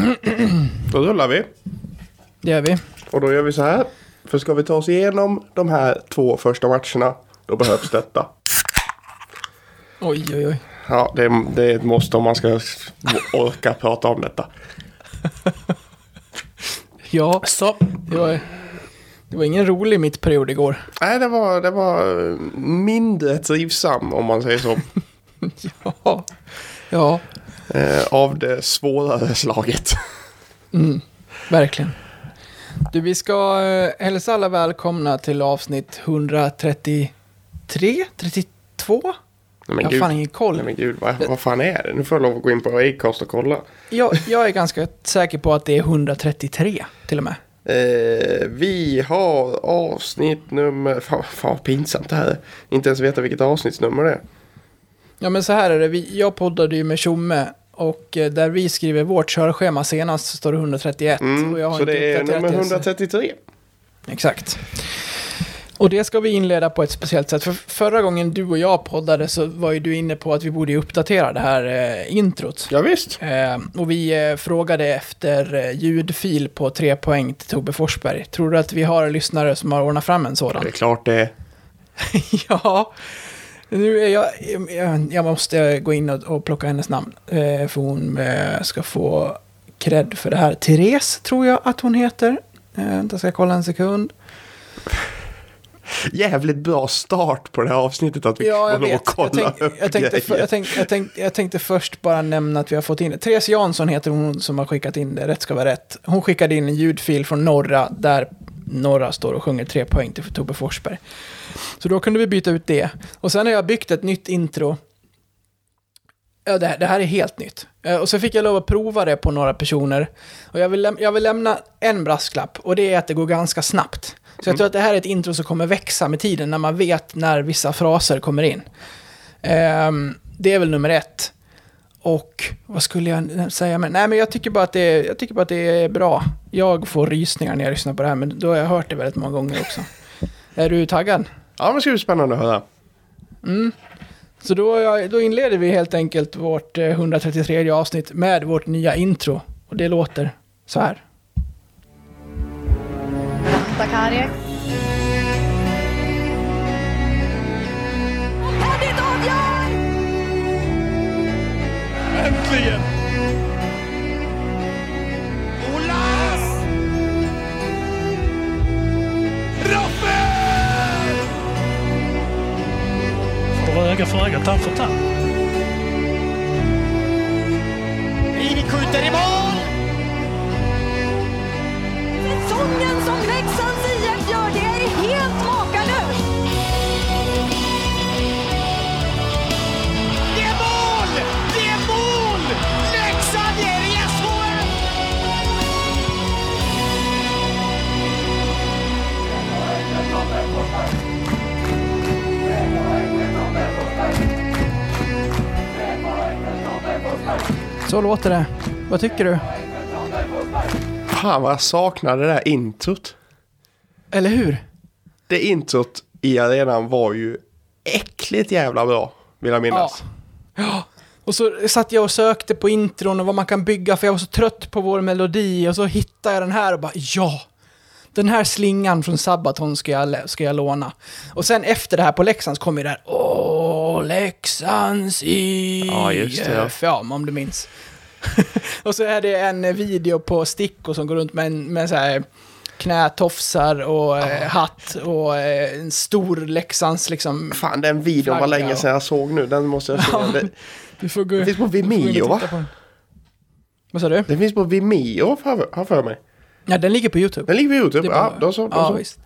Då rullar vi. Det gör vi. Och då gör vi så här. För ska vi ta oss igenom de här 2 första matcherna, då behövs detta. Oj. Ja, det är ett måste om man ska orka prata om detta. Ja, så. Det var ingen rolig mittperiod igår. Nej, det var mindre trivsam om man säger så. Ja. Av det svårare slaget. Verkligen. Du, vi ska hälsa alla välkomna till avsnitt 133? 32? Nej, jag har fan ingen koll. Nej, men gud, vad fan är det? Nu får jag lov att gå in på Acast och kolla. Jag är ganska säker på att det är 133 till och med. Vi har avsnitt nummer... Fan pinsamt det här. Inte ens veta vilket avsnittsnummer det är. Ja, men så här är det. Jag poddade ju med Tjomme. Och där vi skriver vårt körschema senast står det 131. Och jag har så inte det är nummer det, 133. Exakt. Och det ska vi inleda på ett speciellt sätt. För förra gången du och jag poddade så var ju du inne på att vi borde uppdatera det här introt. Ja, visst. Och vi frågade efter ljudfil på 3 poäng till Tobbe Forsberg. Tror du att vi har lyssnare som har ordnat fram en sådan? Det är klart det. Ja. Nu är jag måste gå in och plocka hennes namn. För hon ska få cred för det här. Therese tror jag att hon heter. Vänta, ska jag kolla en sekund. Jävligt bra start på det här avsnittet att vi jag vet. kolla Jag tänkte först bara nämna att vi har fått in. Therese Jansson heter hon som har skickat in det. Rätt ska vara rätt. Hon skickade in en ljudfil från Norra där Norra står och sjunger 3 poäng till Tobbe Forsberg. Så då kunde vi byta ut det. Och sen har jag byggt ett nytt intro. Ja, det här är helt nytt. Och så fick jag lov att prova det på några personer. Och jag vill lämna en brasklapp. Och det är att det går ganska snabbt. Så jag tror att det här är ett intro som kommer växa med tiden. När man vet när vissa fraser kommer in. Det är väl nummer 1. Och vad skulle jag säga? Nej, men jag tycker bara att det är bra. Jag får rysningar när jag lyssnar på det här. Men då har jag hört det väldigt många gånger också. Är du taggad? Ja, det ska bli spännande att höra. Så då inleder vi helt enkelt vårt 133 avsnitt med vårt nya intro. Och det låter så här. Takare. Henrik avgör! Äntligen! Olas! Raffel! Får öga för öga, tand för tand. Ini skjuter i mål! Säsongen som Leksands IF gör, det är helt makalöst! Det är mål! Det är mål! Leksand ger i SHL! Så låter det. Vad tycker du? Fan vad jag saknar det där introt. Eller hur? Det introt i arenan var ju äckligt jävla bra, vill jag minnas. Ja. Och så satt jag och sökte på intron och vad man kan bygga, för jag var så trött på vår melodi. Och så hittade jag den här och bara, ja! Den här slingan från Sabaton ska jag låna. Och sen efter det här på Leksands kom ju det här, Leksands IF. Ja, just det. Ja, om du minns. Och så är det en video på Sticko som går runt med så här knätofsar och hatt och en stor Leksands liksom. Fan, den videon var länge sedan jag såg nu. Den måste jag se. Du får gå. Det finns på Vimeo, va? Vad sa du? Det finns på Vimeo, har för mig. Ja, den ligger på YouTube. Den ligger på YouTube, bara, ja. Då så. Visst.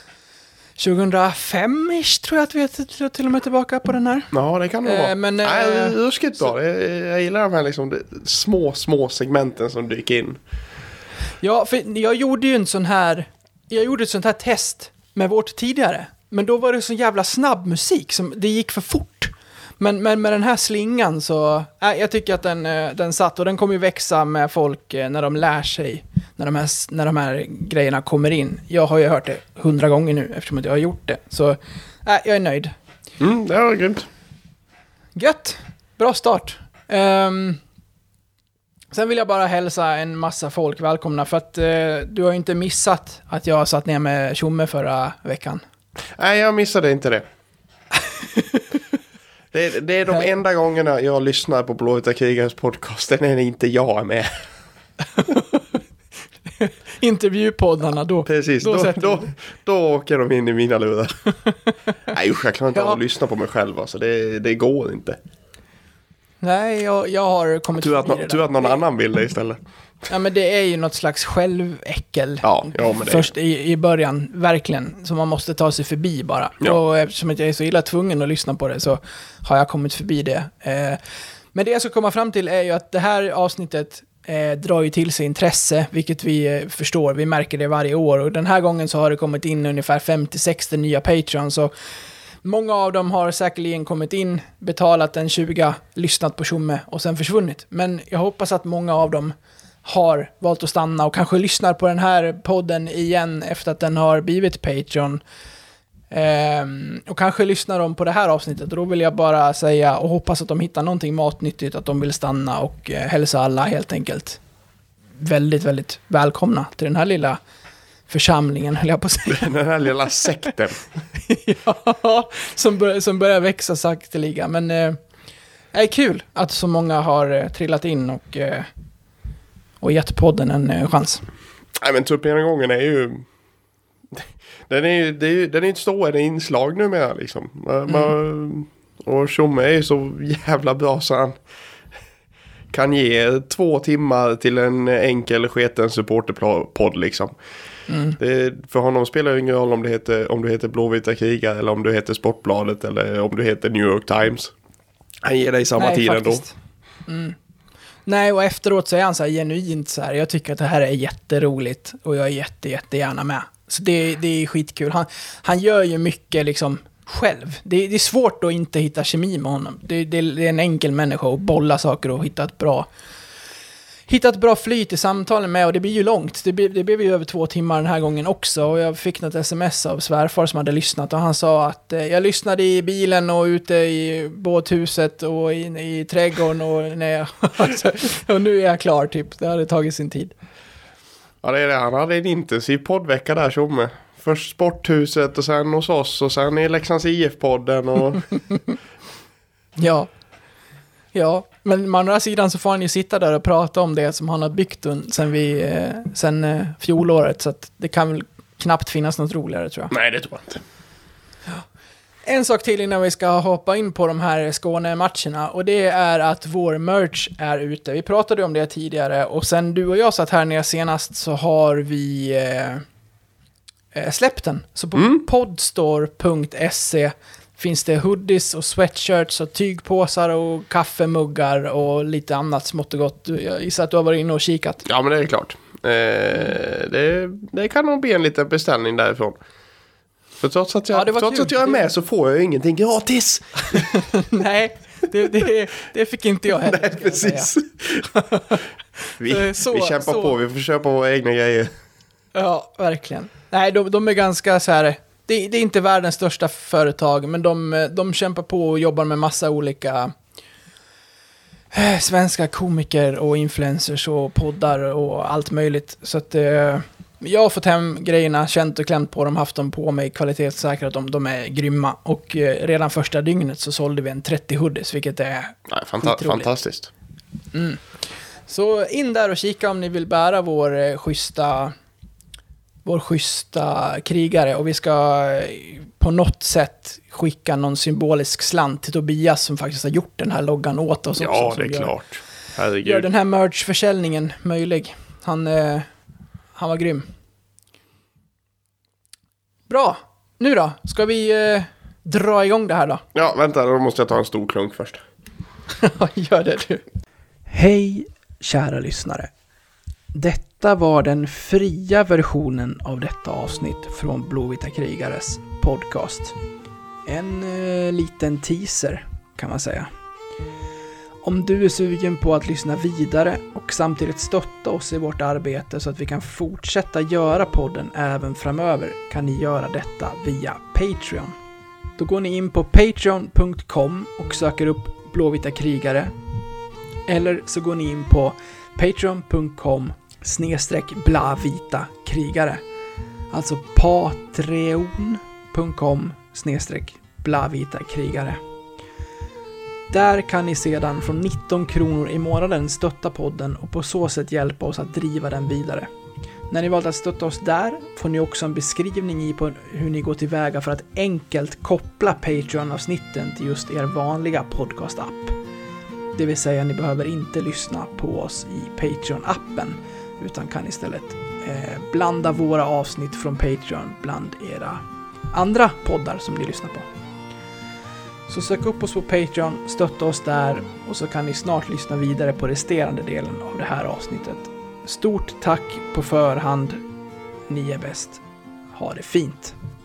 2005-ish tror jag att vi är till och med tillbaka på den här. Ja, det kan det vara. Men, nej, ruskigt bra. Jag gillar de här liksom, små segmenten som dyker in. Ja, för jag gjorde ju ett sånt här test med vårt tidigare. Men då var det så jävla snabb musik som det gick för fort. Men med den här slingan så jag tycker att den satt, och den kommer ju växa med folk när de lär sig när de här grejerna kommer in. Jag har ju hört det 100 gånger nu eftersom att jag har gjort det. Så jag är nöjd. Det var grymt. Gött. Bra start. Sen vill jag bara hälsa en massa folk välkomna för att du har ju inte missat att jag satt ner med Tjomme förra veckan. Nej, jag missade inte det. Det är de enda gångerna jag lyssnar på Blåvita Krigares podcast när inte jag är med. Intervjupoddarna då. Precis, då åker de in i mina lurar. Nej, jag klarar inte av att lyssna på mig själv. Alltså. Det går inte. Nej, jag har kommit tur att någon annan vill det istället. Ja, men det är ju något slags själväckel. Ja, men det först i början, verkligen. Som man måste ta sig förbi bara. Ja. Och eftersom jag är så illa tvungen att lyssna på det så har jag kommit förbi det. Men det jag ska komma fram till är ju att det här avsnittet drar ju till sig intresse, vilket vi förstår. Vi märker det varje år. Och den här gången så har det kommit in ungefär 50-60 nya Patreons. Så många av dem har säkerligen kommit in, betalat en 20, lyssnat på Tjomme och sen försvunnit. Men jag hoppas att många av dem har valt att stanna och kanske lyssnar på den här podden igen efter att den har blivit Patreon. Och kanske lyssnar de på det här avsnittet. Och då vill jag bara säga och hoppas att de hittar någonting matnyttigt, att de vill stanna och hälsa alla helt enkelt väldigt, väldigt välkomna till den här lilla församlingen, höll jag på att säga. Den här lilla sekten. Ja, som börjar växa sakteliga. Men det är kul att så många har trillat in och gett podden en chans. Nej, men tuppgenomgången är ju... Den är inte stående inslag numera liksom. Och Tjomme är ju så jävla bra så han kan ge 2 timmar till en enkel sketen supporterpodd liksom. För honom spelar det ingen roll om du heter Blåvita Krigare eller om du heter Sportbladet eller om du heter New York Times. Han ger dig samma tid ändå. Nej, och efteråt så är han så här genuint så här. Jag tycker att det här är jätteroligt och jag är jättegärna med. Så det är skitkul. Han gör ju mycket liksom själv. Det är svårt att inte hitta kemi med honom. Det är en enkel människa att bolla saker och hitta ett bra flyt i samtalen med, och det blir ju långt. Det blev ju över 2 timmar den här gången också, och jag fick något sms av svärfar som hade lyssnat och han sa att jag lyssnade i bilen och ute i båthuset och i trädgården och nu är jag klar typ. Det hade tagit sin tid. Ja, det är det. Han hade en intensiv poddvecka där, Tjomme. Först Sporthuset och sen hos oss och sen i Leksands IF-podden och... Ja, men å andra sidan så får han ju sitta där och prata om det som han har byggt sen fjolåret, så att det kan väl knappt finnas något roligare, tror jag. Nej, det tror jag inte. En sak till innan vi ska hoppa in på de här Skåne-matcherna, och det är att vår merch är ute. Vi pratade om det tidigare, och sen du och jag satt här nere senast så har vi släppt den. Så på podstore.se finns det hoodies och sweatshirts och tygpåsar och kaffemuggar och lite annat smått och gott. Jag gissar att du har varit inne och kikat. Ja, men det är klart. Det kan nog bli en liten beställning därifrån. För trots att jag är med så får jag ingenting gratis. Nej, det fick inte jag heller. Nej, precis. vi kämpar på, vi får köpa våra egna grejer. Ja, verkligen. Nej, de är ganska så här... Det är inte världens största företag, men de kämpar på och jobbar med massa olika svenska komiker och influencers och poddar och allt möjligt. Så att jag har fått hem grejerna, känt och klämt på dem, haft dem på mig, kvalitetssäkrat dem, de är grymma. Och redan första dygnet så sålde vi en 30 hoodies, vilket är fantastiskt. Så in där och kika om ni vill bära vår schyssta krigare, och vi ska på något sätt skicka någon symbolisk slant till Tobias som faktiskt har gjort den här loggan åt oss. Ja, också, det är klart. Herregud. Gör den här merch-försäljningen möjlig. Han var grym. Bra. Nu då? Ska vi dra igång det här då? Ja, vänta, då måste jag ta en stor klunk först. Gör det du. Hej, kära lyssnare. Detta var den fria versionen av detta avsnitt från Blåvita Krigares podcast. En liten teaser kan man säga. Om du är sugen på att lyssna vidare och samtidigt stötta oss i vårt arbete så att vi kan fortsätta göra podden även framöver, kan ni göra detta via Patreon. Då går ni in på patreon.com och söker upp Blåvita Krigare. Eller så går ni in på patreon.com/blavitakrigare. Alltså patreon.com/blavitakrigare. Där kan ni sedan från 19 kronor i månaden stötta podden och på så sätt hjälpa oss att driva den vidare. När ni valt att stötta oss där får ni också en beskrivning i på hur ni går tillväga för att enkelt koppla Patreon-avsnitten till just er vanliga podcast-app. Det vill säga, ni behöver inte lyssna på oss i Patreon-appen utan kan istället blanda våra avsnitt från Patreon bland era andra poddar som ni lyssnar på. Så sök upp oss på Patreon, stötta oss där och så kan ni snart lyssna vidare på resterande delen av det här avsnittet. Stort tack på förhand. Ni är bäst. Ha det fint.